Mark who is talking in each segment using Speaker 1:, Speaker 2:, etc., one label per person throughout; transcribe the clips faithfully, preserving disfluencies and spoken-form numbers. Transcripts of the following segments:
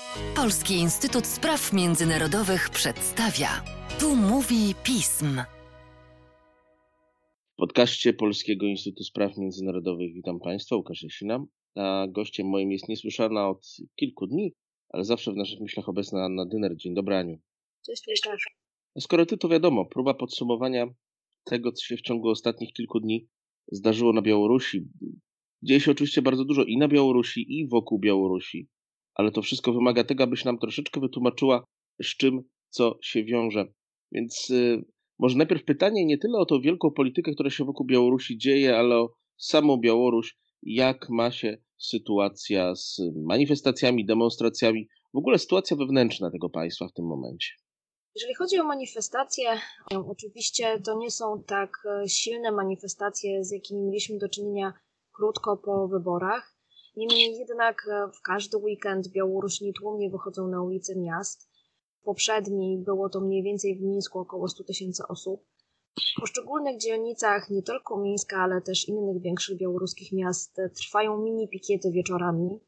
Speaker 1: Polski Instytut Spraw Międzynarodowych przedstawia. Tu mówi pism.
Speaker 2: W podcaście Polskiego Instytutu Spraw Międzynarodowych witam Państwa, Łukasz Jasina. A gościem moim jest niesłyszana od kilku dni, ale zawsze w naszych myślach obecna Anna Dyner. Dzień dobry, Aniu.
Speaker 3: Cześć, Łukasz.
Speaker 2: Skoro ty, to wiadomo, próba podsumowania tego, co się w ciągu ostatnich kilku dni zdarzyło na Białorusi. Dzieje się oczywiście bardzo dużo i na Białorusi, i wokół Białorusi, ale to wszystko wymaga tego, abyś nam troszeczkę wytłumaczyła, z czym co się wiąże. Więc yy, może najpierw pytanie nie tyle o tą wielką politykę, która się wokół Białorusi dzieje, ale o samą Białoruś, jak ma się sytuacja z manifestacjami, demonstracjami, w ogóle sytuacja wewnętrzna tego państwa w tym momencie.
Speaker 3: Jeżeli chodzi o manifestacje, oczywiście to nie są tak silne manifestacje, z jakimi mieliśmy do czynienia krótko po wyborach. Niemniej jednak w każdy weekend Białorusini tłumnie wychodzą na ulice miast. W poprzedniej było to mniej więcej w Mińsku około sto tysięcy osób. W poszczególnych dzielnicach, nie tylko Mińska, ale też innych większych białoruskich miast trwają mini pikiety wieczorami,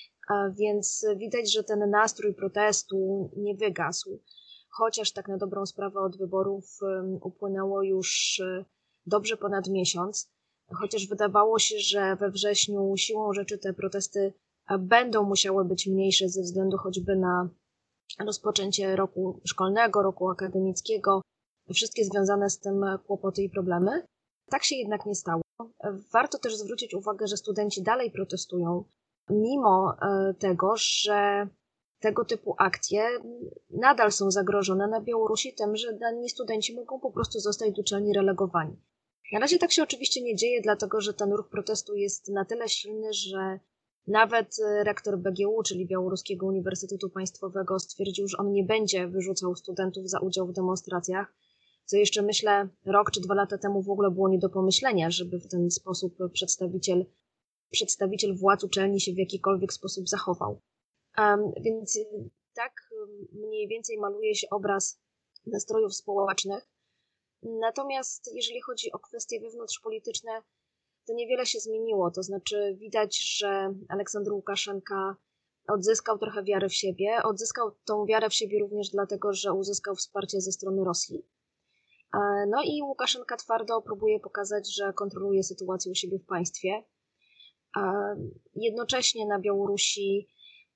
Speaker 3: więc widać, że ten nastrój protestu nie wygasł. Chociaż tak na dobrą sprawę od wyborów upłynęło już dobrze ponad miesiąc, chociaż wydawało się, że we wrześniu siłą rzeczy te protesty będą musiały być mniejsze ze względu choćby na rozpoczęcie roku szkolnego, roku akademickiego, wszystkie związane z tym kłopoty i problemy. Tak się jednak nie stało. Warto też zwrócić uwagę, że studenci dalej protestują, mimo tego, że tego typu akcje nadal są zagrożone na Białorusi tym, że dani studenci mogą po prostu zostać do uczelni relegowani. Na razie tak się oczywiście nie dzieje, dlatego że ten ruch protestu jest na tyle silny, że nawet rektor B G U, czyli Białoruskiego Uniwersytetu Państwowego, stwierdził, że on nie będzie wyrzucał studentów za udział w demonstracjach, co jeszcze myślę rok czy dwa lata temu w ogóle było nie do pomyślenia, żeby w ten sposób przedstawiciel, przedstawiciel władz uczelni się w jakikolwiek sposób zachował. Um, więc tak mniej więcej maluje się obraz nastrojów społecznych. Natomiast jeżeli chodzi o kwestie wewnątrzpolityczne, to niewiele się zmieniło. To znaczy widać, że Aleksander Łukaszenka odzyskał trochę wiary w siebie. Odzyskał tą wiarę w siebie również dlatego, że uzyskał wsparcie ze strony Rosji. No i Łukaszenka twardo próbuje pokazać, że kontroluje sytuację u siebie w państwie. Jednocześnie na Białorusi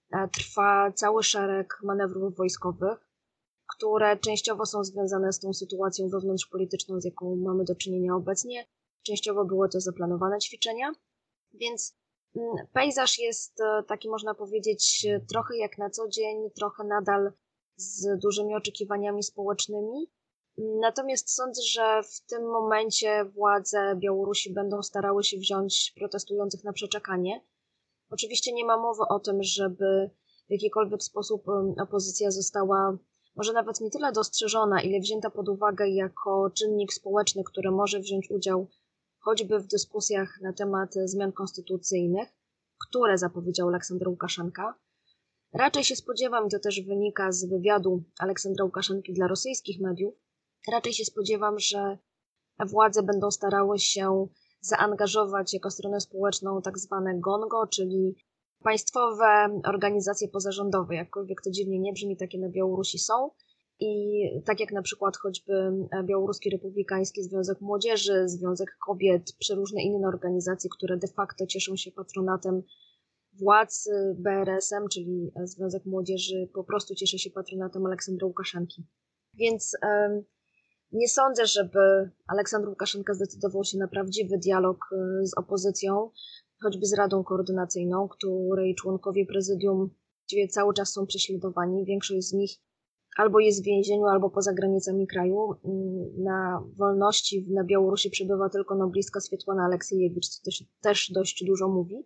Speaker 3: trwa cały szereg manewrów wojskowych, które częściowo są związane z tą sytuacją wewnątrzpolityczną, z jaką mamy do czynienia obecnie. Częściowo były to zaplanowane ćwiczenia, więc pejzaż jest taki, można powiedzieć, trochę jak na co dzień, trochę nadal z dużymi oczekiwaniami społecznymi. Natomiast sądzę, że w tym momencie władze Białorusi będą starały się wziąć protestujących na przeczekanie. Oczywiście nie ma mowy o tym, żeby w jakikolwiek sposób opozycja została może nawet nie tyle dostrzeżona, ile wzięta pod uwagę jako czynnik społeczny, który może wziąć udział choćby w dyskusjach na temat zmian konstytucyjnych, które zapowiedział Aleksander Łukaszenka. Raczej się spodziewam, i to też wynika z wywiadu Aleksandra Łukaszenki dla rosyjskich mediów, raczej się spodziewam, że władze będą starały się zaangażować jako stronę społeczną tak zwane GONGO, czyli państwowe organizacje pozarządowe, jakkolwiek to dziwnie nie brzmi, takie na Białorusi są. I tak jak na przykład choćby Białoruski Republikański Związek Młodzieży, Związek Kobiet, przeróżne inne organizacje, które de facto cieszą się patronatem władz, B R S M, czyli Związek Młodzieży, po prostu cieszy się patronatem Aleksandra Łukaszenki. Więc um, nie sądzę, żeby Aleksander Łukaszenka zdecydował się na prawdziwy dialog z opozycją, choćby z Radą Koordynacyjną, której członkowie prezydium cały czas są prześladowani. Większość z nich albo jest w więzieniu, albo poza granicami kraju. Na wolności na Białorusi przebywa tylko noblistka Swiatłana Aleksiejewicz, co też, też dość dużo mówi.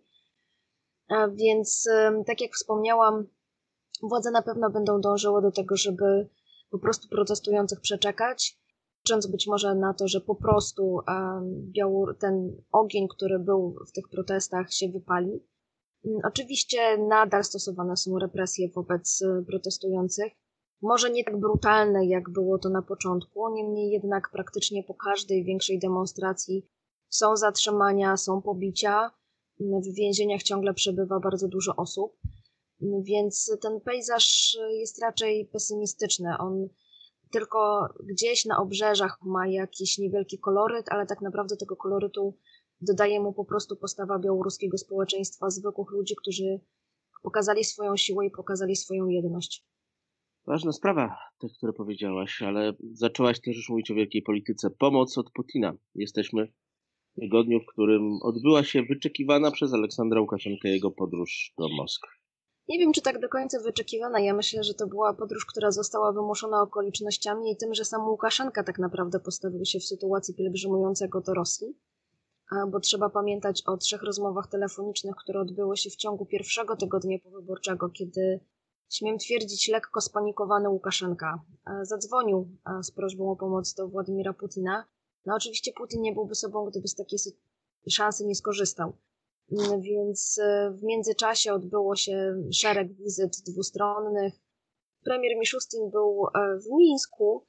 Speaker 3: A więc, tak jak wspomniałam, władze na pewno będą dążyły do tego, żeby po prostu protestujących przeczekać, licząc być może na to, że po prostu Białor- ten ogień, który był w tych protestach, się wypali. Oczywiście nadal stosowane są represje wobec protestujących. Może nie tak brutalne, jak było to na początku, niemniej jednak praktycznie po każdej większej demonstracji są zatrzymania, są pobicia. W więzieniach ciągle przebywa bardzo dużo osób. Więc ten pejzaż jest raczej pesymistyczny. On tylko gdzieś na obrzeżach ma jakiś niewielki koloryt, ale tak naprawdę tego kolorytu dodaje mu po prostu postawa białoruskiego społeczeństwa, zwykłych ludzi, którzy pokazali swoją siłę i pokazali swoją jedność.
Speaker 2: Ważna sprawa, te, które powiedziałaś, ale zaczęłaś też już mówić o wielkiej polityce. Pomoc od Putina. Jesteśmy w tygodniu, w którym odbyła się wyczekiwana przez Aleksandra Łukaszenkę jego podróż do Moskwy.
Speaker 3: Nie wiem, czy tak do końca wyczekiwana. Ja myślę, że to była podróż, która została wymuszona okolicznościami i tym, że sam Łukaszenka tak naprawdę postawił się w sytuacji pielgrzymującego do Rosji. Bo trzeba pamiętać o trzech rozmowach telefonicznych, które odbyły się w ciągu pierwszego tygodnia powyborczego, kiedy, śmiem twierdzić, lekko spanikowany Łukaszenka zadzwonił z prośbą o pomoc do Władimira Putina. No oczywiście Putin nie byłby sobą, gdyby z takiej szansy nie skorzystał. Więc w międzyczasie odbyło się szereg wizyt dwustronnych. Premier Miszustin był w Mińsku,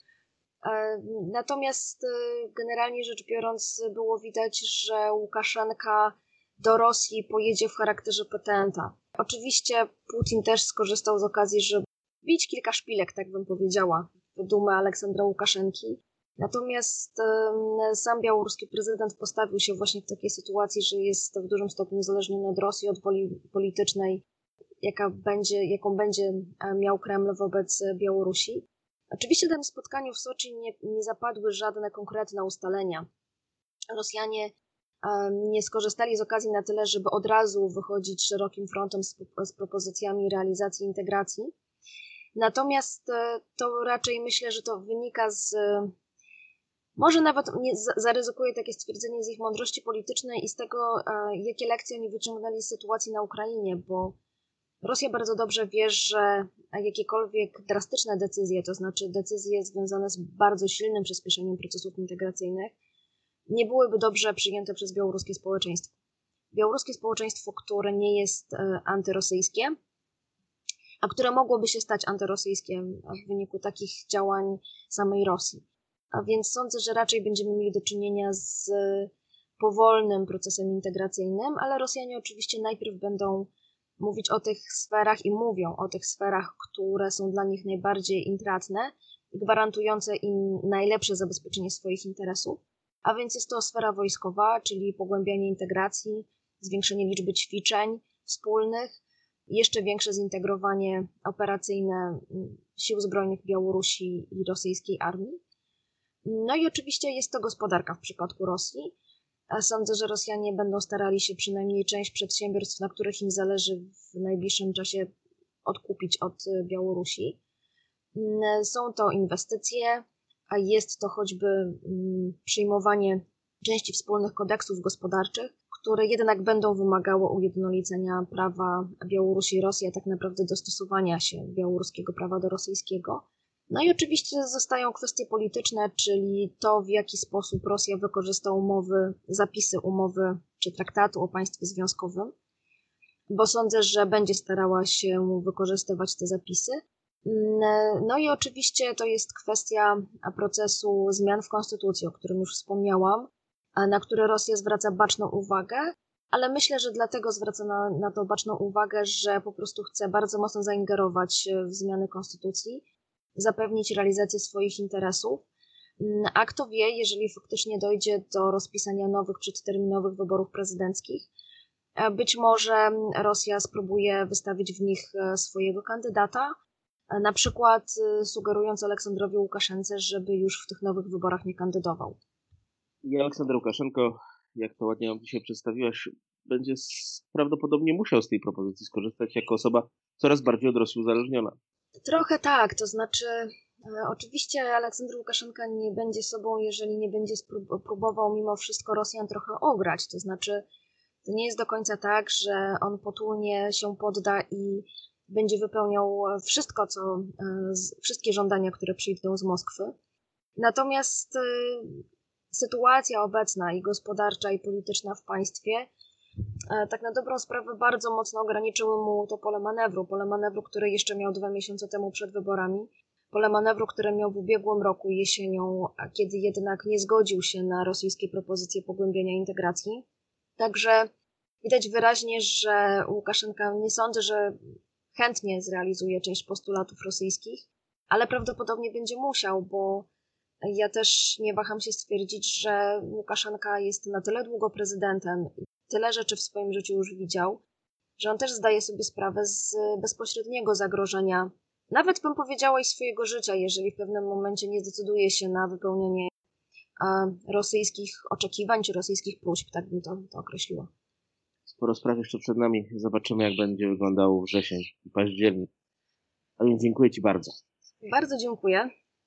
Speaker 3: natomiast generalnie rzecz biorąc było widać, że Łukaszenka do Rosji pojedzie w charakterze petenta. Oczywiście Putin też skorzystał z okazji, żeby bić kilka szpilek, tak bym powiedziała, w dumę Aleksandra Łukaszenki. Natomiast sam białoruski prezydent postawił się właśnie w takiej sytuacji, że jest w dużym stopniu uzależniony od Rosji, od woli politycznej, jaka będzie, jaką będzie miał Kreml wobec Białorusi. Oczywiście na tym spotkaniu w Soczi nie, nie zapadły żadne konkretne ustalenia. Rosjanie nie skorzystali z okazji na tyle, żeby od razu wychodzić szerokim frontem z, z propozycjami realizacji integracji. Natomiast to raczej myślę, że to wynika z... Może nawet nie zaryzykuję takie stwierdzenie z ich mądrości politycznej i z tego, jakie lekcje oni wyciągnęli z sytuacji na Ukrainie, bo Rosja bardzo dobrze wie, że jakiekolwiek drastyczne decyzje, to znaczy decyzje związane z bardzo silnym przyspieszeniem procesów integracyjnych, nie byłyby dobrze przyjęte przez białoruskie społeczeństwo. Białoruskie społeczeństwo, które nie jest antyrosyjskie, a które mogłoby się stać antyrosyjskie w wyniku takich działań samej Rosji. A więc sądzę, że raczej będziemy mieli do czynienia z powolnym procesem integracyjnym, ale Rosjanie oczywiście najpierw będą mówić o tych sferach i mówią o tych sferach, które są dla nich najbardziej intratne i gwarantujące im najlepsze zabezpieczenie swoich interesów. A więc jest to sfera wojskowa, czyli pogłębianie integracji, zwiększenie liczby ćwiczeń wspólnych, jeszcze większe zintegrowanie operacyjne sił zbrojnych Białorusi i rosyjskiej armii. No i oczywiście jest to gospodarka w przypadku Rosji. Sądzę, że Rosjanie będą starali się przynajmniej część przedsiębiorstw, na których im zależy w najbliższym czasie, odkupić od Białorusi. Są to inwestycje, a jest to choćby przyjmowanie części wspólnych kodeksów gospodarczych, które jednak będą wymagały ujednolicenia prawa Białorusi i Rosji, a tak naprawdę dostosowania się białoruskiego prawa do rosyjskiego. No i oczywiście zostają kwestie polityczne, czyli to, w jaki sposób Rosja wykorzysta umowy, zapisy umowy czy traktatu o państwie związkowym, bo sądzę, że będzie starała się wykorzystywać te zapisy. No i oczywiście to jest kwestia procesu zmian w konstytucji, o którym już wspomniałam, na który Rosja zwraca baczną uwagę, ale myślę, że dlatego zwraca na, na to baczną uwagę, że po prostu chce bardzo mocno zaingerować w zmiany konstytucji, zapewnić realizację swoich interesów, a kto wie, jeżeli faktycznie dojdzie do rozpisania nowych przedterminowych wyborów prezydenckich, być może Rosja spróbuje wystawić w nich swojego kandydata, na przykład sugerując Aleksandrowi Łukaszence, żeby już w tych nowych wyborach nie kandydował.
Speaker 2: I Aleksander Łukaszenko, jak to ładnie nam dzisiaj przedstawiłaś, będzie prawdopodobnie musiał z tej propozycji skorzystać jako osoba coraz bardziej od Rosji uzależniona.
Speaker 3: Trochę tak, to znaczy oczywiście Aleksander Łukaszenka nie będzie sobą, jeżeli nie będzie próbował mimo wszystko Rosjan trochę ograć, to znaczy to nie jest do końca tak, że on potulnie się podda i będzie wypełniał wszystko, co, wszystkie żądania, które przyjdą z Moskwy. Natomiast sytuacja obecna i gospodarcza, i polityczna w państwie tak na dobrą sprawę bardzo mocno ograniczyły mu to pole manewru. Pole manewru, które jeszcze miał dwa miesiące temu przed wyborami. Pole manewru, które miał w ubiegłym roku jesienią, kiedy jednak nie zgodził się na rosyjskie propozycje pogłębienia integracji. Także widać wyraźnie, że Łukaszenka, nie sądzę, że chętnie zrealizuje część postulatów rosyjskich, ale prawdopodobnie będzie musiał, bo ja też nie waham się stwierdzić, że Łukaszenka jest na tyle długo prezydentem i tyle rzeczy w swoim życiu już widział, że on też zdaje sobie sprawę z bezpośredniego zagrożenia, nawet bym powiedziała i swojego życia, jeżeli w pewnym momencie nie zdecyduje się na wypełnienie rosyjskich oczekiwań czy rosyjskich próśb, tak bym to, to określiła.
Speaker 2: Sporo spraw jeszcze przed nami. Zobaczymy, jak będzie wyglądał wrzesień i październik. A więc dziękuję Ci bardzo.
Speaker 3: Bardzo dziękuję.